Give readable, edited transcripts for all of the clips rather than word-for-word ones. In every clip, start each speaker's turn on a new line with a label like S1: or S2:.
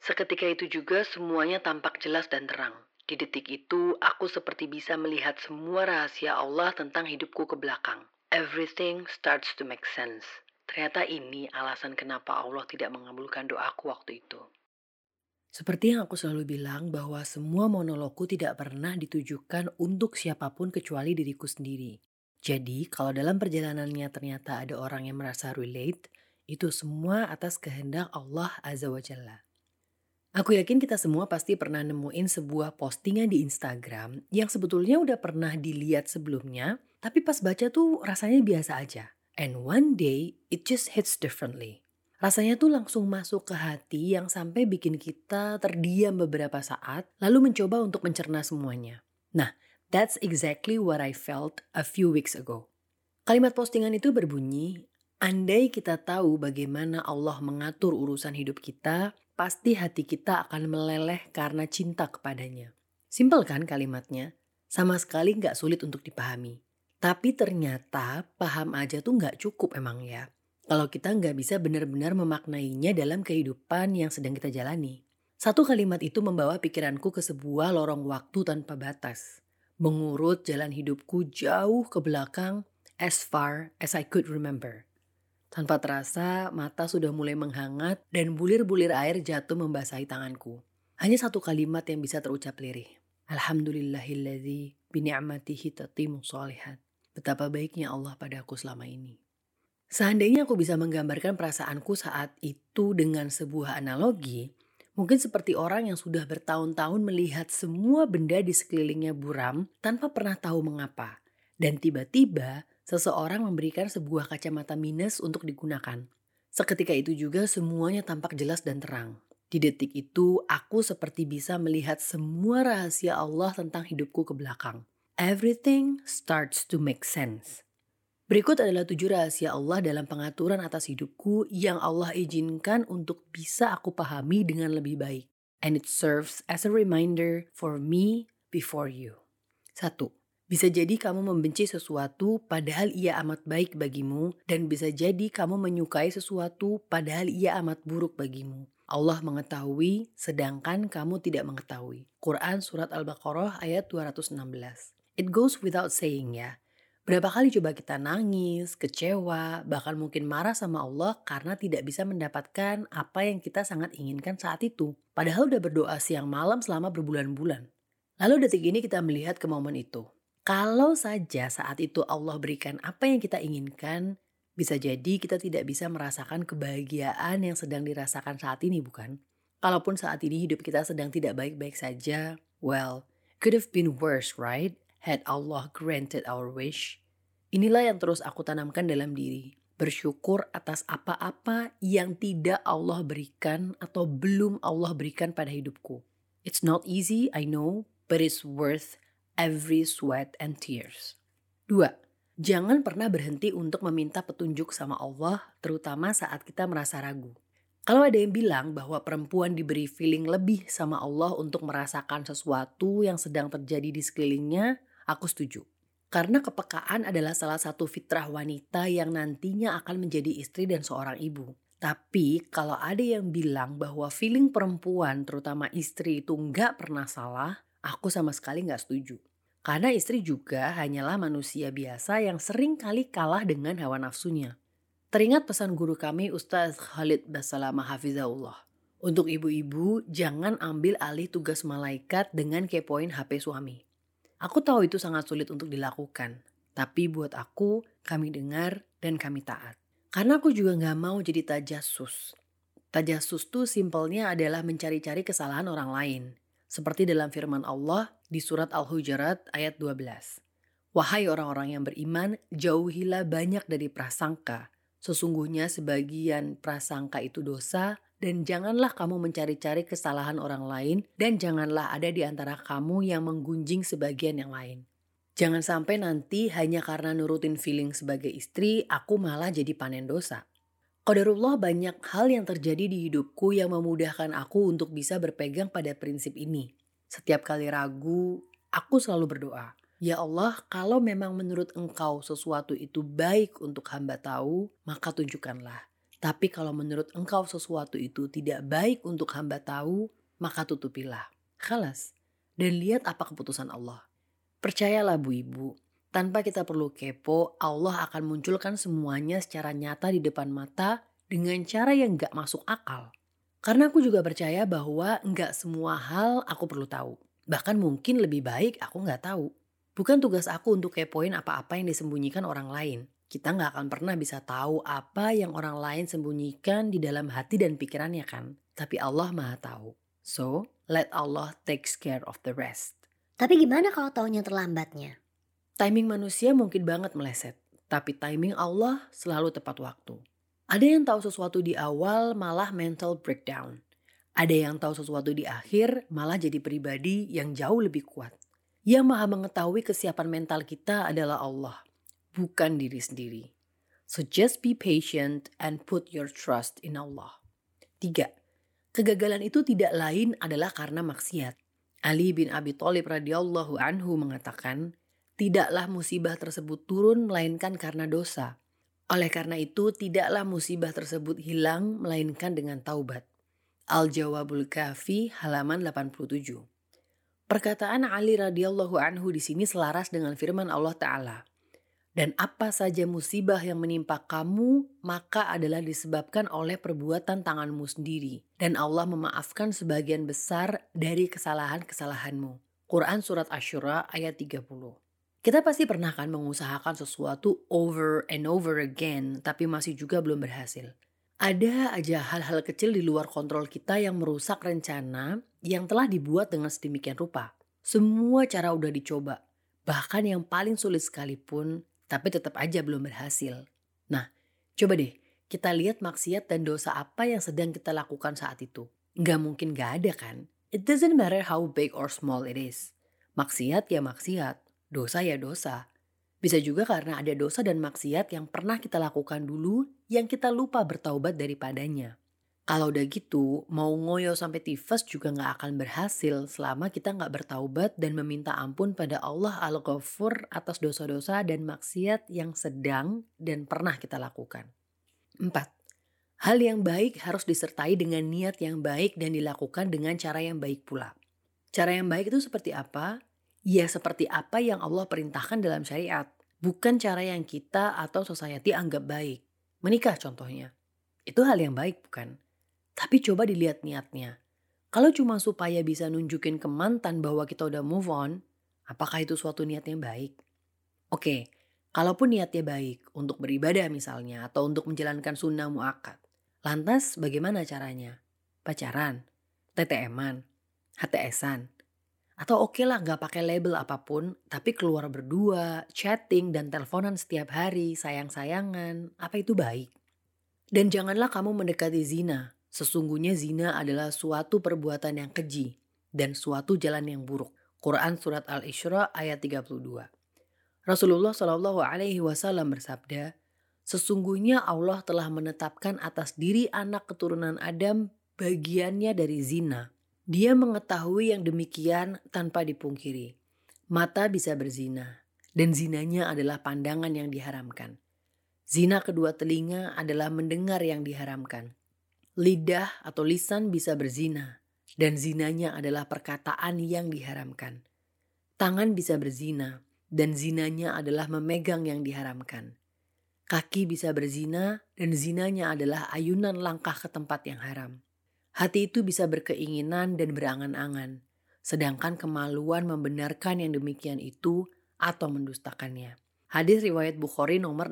S1: Seketika itu juga semuanya tampak jelas dan terang. Di detik itu, aku seperti bisa melihat semua rahasia Allah tentang hidupku ke belakang. Everything starts to make sense. Ternyata ini alasan kenapa Allah tidak mengabulkan doaku waktu itu. Seperti yang aku selalu bilang bahwa semua monologku tidak pernah ditujukan untuk siapapun kecuali diriku sendiri. Jadi, kalau dalam perjalanannya ternyata ada orang yang merasa relate, itu semua atas kehendak Allah Azza wa Jalla. Aku yakin kita semua pasti pernah nemuin sebuah postingan di Instagram yang sebetulnya udah pernah dilihat sebelumnya, tapi pas baca tuh rasanya biasa aja. And one day, it just hits differently. Rasanya tuh langsung masuk ke hati yang sampai bikin kita terdiam beberapa saat, lalu mencoba untuk mencerna semuanya. Nah, that's exactly what I felt a few weeks ago. Kalimat postingan itu berbunyi, andai kita tahu bagaimana Allah mengatur urusan hidup kita, pasti hati kita akan meleleh karena cinta kepadanya. Simpel kan kalimatnya? Sama sekali nggak sulit untuk dipahami. Tapi ternyata paham aja tuh nggak cukup emang ya. Kalau kita nggak bisa benar-benar memaknainya dalam kehidupan yang sedang kita jalani. Satu kalimat itu membawa pikiranku ke sebuah lorong waktu tanpa batas. Mengurut jalan hidupku jauh ke belakang as far as I could remember. Tanpa terasa, mata sudah mulai menghangat dan bulir-bulir air jatuh membasahi tanganku. Hanya satu kalimat yang bisa terucap lirih. Alhamdulillahilladzi bini'amatihi tatimu sholihat. Betapa baiknya Allah padaku selama ini. Seandainya aku bisa menggambarkan perasaanku saat itu dengan sebuah analogi, mungkin seperti orang yang sudah bertahun-tahun melihat semua benda di sekelilingnya buram tanpa pernah tahu mengapa. Dan tiba-tiba seseorang memberikan sebuah kacamata minus untuk digunakan. Seketika itu juga semuanya tampak jelas dan terang. Di detik itu aku seperti bisa melihat semua rahasia Allah tentang hidupku ke belakang. Everything starts to make sense. Berikut adalah 7 rahasia Allah dalam pengaturan atas hidupku yang Allah izinkan untuk bisa aku pahami dengan lebih baik. And it serves as a reminder for me before you. 1. Bisa jadi kamu membenci sesuatu padahal ia amat baik bagimu, dan bisa jadi kamu menyukai sesuatu padahal ia amat buruk bagimu. Allah mengetahui sedangkan kamu tidak mengetahui. Quran Surat Al-Baqarah ayat 216. It goes without saying ya. Berapa kali coba kita nangis, kecewa, bahkan mungkin marah sama Allah karena tidak bisa mendapatkan apa yang kita sangat inginkan saat itu. Padahal udah berdoa siang malam selama berbulan-bulan. Lalu detik ini kita melihat ke momen itu. Kalau saja saat itu Allah berikan apa yang kita inginkan, bisa jadi kita tidak bisa merasakan kebahagiaan yang sedang dirasakan saat ini, bukan? Kalaupun saat ini hidup kita sedang tidak baik-baik saja, well, could have been worse, right? Had Allah granted our wish. Inilah yang terus aku tanamkan dalam diri. Bersyukur atas apa-apa yang tidak Allah berikan atau belum Allah berikan pada hidupku. It's not easy, I know, but it's worth every sweat and tears. 2. Jangan pernah berhenti untuk meminta petunjuk sama Allah, terutama saat kita merasa ragu. Kalau ada yang bilang bahwa perempuan diberi feeling lebih sama Allah untuk merasakan sesuatu yang sedang terjadi di sekelilingnya, aku setuju. Karena kepekaan adalah salah satu fitrah wanita yang nantinya akan menjadi istri dan seorang ibu. Tapi kalau ada yang bilang bahwa feeling perempuan terutama istri itu nggak pernah salah, aku sama sekali nggak setuju. Karena istri juga hanyalah manusia biasa yang sering kali kalah dengan hawa nafsunya. Teringat pesan guru kami Ustaz Khalid Basalamah Hafizahullah. Untuk ibu-ibu jangan ambil alih tugas malaikat dengan kepoin HP suami. Aku tahu itu sangat sulit untuk dilakukan, tapi buat aku, kami dengar dan kami taat. Karena aku juga gak mau jadi tajasus. Tajasus tuh simpelnya adalah mencari-cari kesalahan orang lain. Seperti dalam firman Allah di surat Al-Hujurat ayat 12. Wahai orang-orang yang beriman, jauhilah banyak dari prasangka. Sesungguhnya sebagian prasangka itu dosa, dan janganlah kamu mencari-cari kesalahan orang lain, dan janganlah ada di antara kamu yang menggunjing sebagian yang lain. Jangan sampai nanti hanya karena nurutin feeling sebagai istri, aku malah jadi panen dosa. Qadarullah banyak hal yang terjadi di hidupku yang memudahkan aku untuk bisa berpegang pada prinsip ini. Setiap kali ragu, aku selalu berdoa. Ya Allah, kalau memang menurut Engkau sesuatu itu baik untuk hamba tahu, maka tunjukkanlah. Tapi kalau menurut engkau sesuatu itu tidak baik untuk hamba tahu, maka tutupilah. Khalas. Dan lihat apa keputusan Allah. Percayalah Bu Ibu, tanpa kita perlu kepo, Allah akan munculkan semuanya secara nyata di depan mata dengan cara yang gak masuk akal. Karena aku juga percaya bahwa gak semua hal aku perlu tahu. Bahkan mungkin lebih baik aku gak tahu. Bukan tugas aku untuk kepoin apa-apa yang disembunyikan orang lain. Kita gak akan pernah bisa tahu apa yang orang lain sembunyikan di dalam hati dan pikirannya kan. Tapi Allah Maha tahu. So, let Allah takes care of the rest.
S2: Tapi gimana kalau taunya terlambatnya?
S1: Timing manusia mungkin banget meleset, tapi timing Allah selalu tepat waktu. Ada yang tahu sesuatu di awal malah mental breakdown. Ada yang tahu sesuatu di akhir malah jadi pribadi yang jauh lebih kuat. Yang Maha mengetahui kesiapan mental kita adalah Allah, bukan diri sendiri. So just be patient and put your trust in Allah. 3. Kegagalan itu tidak lain adalah karena maksiat. Ali bin Abi Thalib radhiyallahu anhu mengatakan, tidaklah musibah tersebut turun melainkan karena dosa. Oleh karena itu, tidaklah musibah tersebut hilang melainkan dengan taubat. Al-Jawabul Kafi halaman 87. Perkataan Ali radhiyallahu anhu di sini selaras dengan firman Allah Ta'ala. Dan apa saja musibah yang menimpa kamu, maka adalah disebabkan oleh perbuatan tanganmu sendiri. Dan Allah memaafkan sebagian besar dari kesalahan-kesalahanmu. Quran Surat Asy-Syura ayat 30. Kita pasti pernah kan mengusahakan sesuatu over and over again, tapi masih juga belum berhasil. Ada aja hal-hal kecil di luar kontrol kita yang merusak rencana yang telah dibuat dengan sedemikian rupa. Semua cara udah dicoba, bahkan yang paling sulit sekalipun, tapi tetap aja belum berhasil. Nah, coba deh kita lihat maksiat dan dosa apa yang sedang kita lakukan saat itu. Nggak mungkin nggak ada kan? It doesn't matter how big or small it is. Maksiat ya maksiat, dosa ya dosa. Bisa juga karena ada dosa dan maksiat yang pernah kita lakukan dulu yang kita lupa bertaubat daripadanya. Kalau udah gitu, mau ngoyo sampai tifas juga gak akan berhasil selama kita gak bertaubat dan meminta ampun pada Allah Al-Ghafur atas dosa-dosa dan maksiat yang sedang dan pernah kita lakukan. 4. Hal yang baik harus disertai dengan niat yang baik dan dilakukan dengan cara yang baik pula. Cara yang baik itu seperti apa? Ya seperti apa yang Allah perintahkan dalam syariat. Bukan cara yang kita atau society anggap baik. Menikah contohnya. Itu hal yang baik bukan? Tapi coba dilihat niatnya. Kalau cuma supaya bisa nunjukin ke mantan bahwa kita udah move on, apakah itu suatu niat yang baik? Oke, kalaupun niatnya baik untuk beribadah misalnya atau untuk menjalankan sunnah muakkad. Lantas bagaimana caranya? Pacaran? TTM-an? HTS-an? Atau oke lah gak pakai label apapun, tapi keluar berdua, chatting dan teleponan setiap hari, sayang-sayangan, apa itu baik? Dan janganlah kamu mendekati zina. Sesungguhnya zina adalah suatu perbuatan yang keji dan suatu jalan yang buruk. Quran Surat Al-Isra ayat 32. Rasulullah SAW bersabda, sesungguhnya Allah telah menetapkan atas diri anak keturunan Adam bagiannya dari zina. Dia mengetahui yang demikian tanpa dipungkiri. Mata bisa berzina dan zinanya adalah pandangan yang diharamkan. Zina kedua telinga adalah mendengar yang diharamkan. Lidah atau lisan bisa berzina dan zinanya adalah perkataan yang diharamkan. Tangan bisa berzina dan zinanya adalah memegang yang diharamkan. Kaki bisa berzina dan zinanya adalah ayunan langkah ke tempat yang haram. Hati itu bisa berkeinginan dan berangan-angan, sedangkan kemaluan membenarkan yang demikian itu atau mendustakannya. Hadis riwayat Bukhari nomor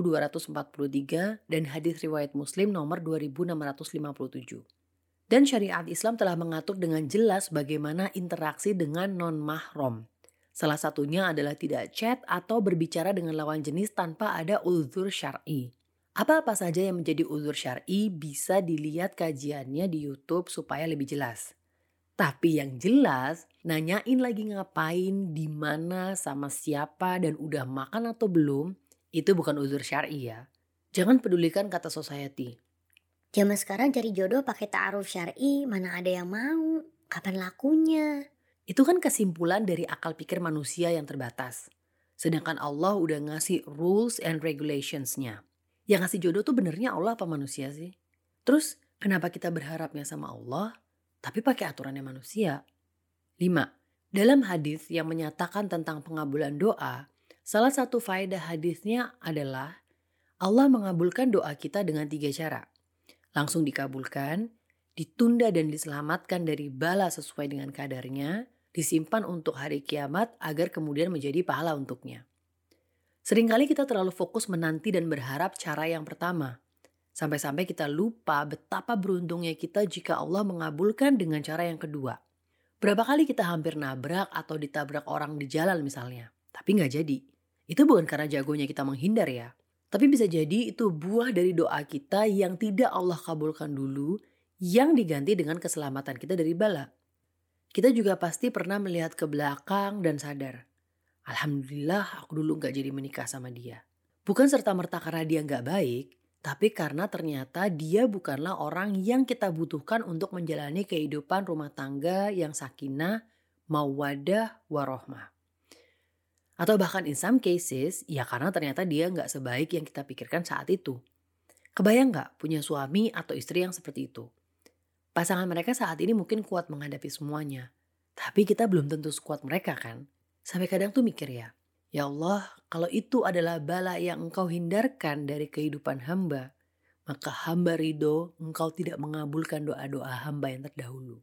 S1: 6243 dan hadis riwayat Muslim nomor 2657. Dan syariat Islam telah mengatur dengan jelas bagaimana interaksi dengan non-mahram. Salah satunya adalah tidak chat atau berbicara dengan lawan jenis tanpa ada uzur syar'i. Apa-apa saja yang menjadi uzur syar'i bisa dilihat kajiannya di YouTube supaya lebih jelas. Tapi yang jelas, nanyain lagi ngapain, di mana, sama siapa, dan udah makan atau belum, itu bukan uzur syar'i ya. Jangan pedulikan kata society.
S2: Zaman sekarang cari jodoh pakai ta'aruf syar'i, mana ada yang mau? Kapan lakunya?
S1: Itu kan kesimpulan dari akal pikir manusia yang terbatas. Sedangkan Allah udah ngasih rules and regulationsnya. Yang ngasih jodoh tuh benernya Allah apa manusia sih? Terus kenapa kita berharapnya sama Allah tapi pakai aturannya manusia? 5. Dalam hadis yang menyatakan tentang pengabulan doa, salah satu faedah hadisnya adalah Allah mengabulkan doa kita dengan 3 cara. Langsung dikabulkan, ditunda dan diselamatkan dari bala sesuai dengan kadarnya, disimpan untuk hari kiamat agar kemudian menjadi pahala untuknya. Seringkali kita terlalu fokus menanti dan berharap cara yang pertama. Sampai-sampai kita lupa betapa beruntungnya kita jika Allah mengabulkan dengan cara yang kedua. Berapa kali kita hampir nabrak atau ditabrak orang di jalan misalnya, tapi nggak jadi. Itu bukan karena jagonya kita menghindar ya. Tapi bisa jadi itu buah dari doa kita yang tidak Allah kabulkan dulu, yang diganti dengan keselamatan kita dari bala. Kita juga pasti pernah melihat ke belakang dan sadar, Alhamdulillah aku dulu nggak jadi menikah sama dia. Bukan serta-merta karena dia nggak baik, tapi karena ternyata dia bukanlah orang yang kita butuhkan untuk menjalani kehidupan rumah tangga yang sakinah, mawaddah, warohmah. Atau bahkan in some cases, ya karena ternyata dia nggak sebaik yang kita pikirkan saat itu. Kebayang nggak punya suami atau istri yang seperti itu? Pasangan mereka saat ini mungkin kuat menghadapi semuanya. Tapi kita belum tentu sekuat mereka kan? Sampai kadang tuh mikir ya Allah, kalau itu adalah bala yang engkau hindarkan dari kehidupan hamba, maka hamba ridho engkau tidak mengabulkan doa-doa hamba yang terdahulu.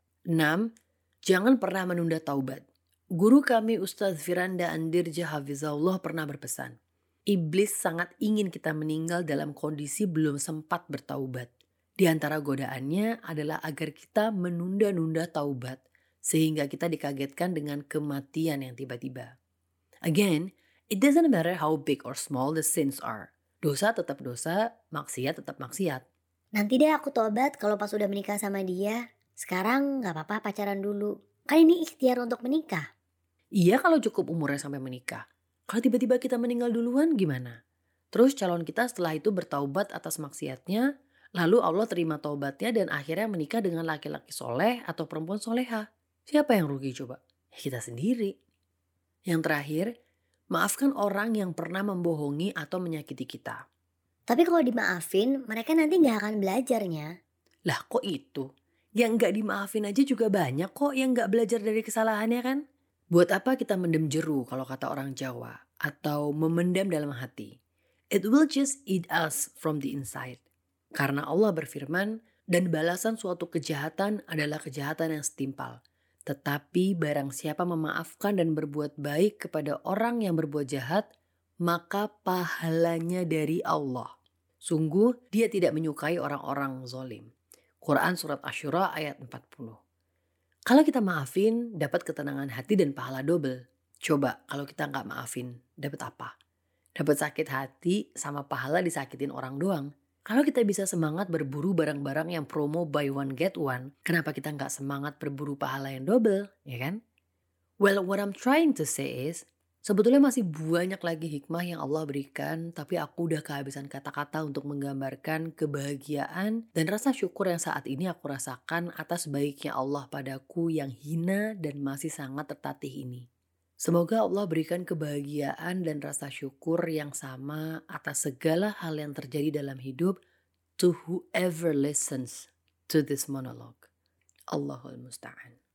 S1: 6. Jangan pernah menunda taubat. Guru kami Ustadz Firanda Andirja Hafizahullah pernah berpesan, iblis sangat ingin kita meninggal dalam kondisi belum sempat bertaubat. Di antara godaannya adalah agar kita menunda-nunda taubat, sehingga kita dikagetkan dengan kematian yang tiba-tiba. Again, it doesn't matter how big or small the sins are. Dosa tetap dosa, maksiat tetap maksiat.
S2: Nanti deh aku tobat kalau pas udah menikah sama dia. Sekarang gak apa-apa pacaran dulu. Kan ini ikhtiar untuk menikah.
S1: Iya kalau cukup umurnya sampai menikah. Kalau tiba-tiba kita meninggal duluan gimana? Terus calon kita setelah itu bertaubat atas maksiatnya, lalu Allah terima taubatnya dan akhirnya menikah dengan laki-laki soleh atau perempuan soleha. Siapa yang rugi coba? Ya kita sendiri. Yang terakhir, maafkan orang yang pernah membohongi atau menyakiti kita.
S2: Tapi kalau dimaafin, mereka nanti gak akan belajarnya.
S1: Lah kok itu? Yang gak dimaafin aja juga banyak kok yang gak belajar dari kesalahannya kan? Buat apa kita mendem jeru kalau kata orang Jawa? Atau memendam dalam hati? It will just eat us from the inside. Karena Allah berfirman, dan balasan suatu kejahatan adalah kejahatan yang setimpal. Tetapi barang siapa memaafkan dan berbuat baik kepada orang yang berbuat jahat, maka pahalanya dari Allah. Sungguh dia tidak menyukai orang-orang zalim. Quran Surat Asyura ayat 40. Kalau kita maafin, dapat ketenangan hati dan pahala double. Coba kalau kita nggak maafin, dapat apa? Dapat sakit hati sama pahala disakitin orang doang. Kalau kita bisa semangat berburu barang-barang yang promo buy one get one, kenapa kita nggak semangat berburu pahala yang double, ya kan? Well, what I'm trying to say is, sebetulnya masih banyak lagi hikmah yang Allah berikan, tapi aku udah kehabisan kata-kata untuk menggambarkan kebahagiaan dan rasa syukur yang saat ini aku rasakan atas baiknya Allah padaku yang hina dan masih sangat tertatih ini. Semoga Allah berikan kebahagiaan dan rasa syukur yang sama atas segala hal yang terjadi dalam hidup to whoever listens to this monologue. Allahul Musta'an.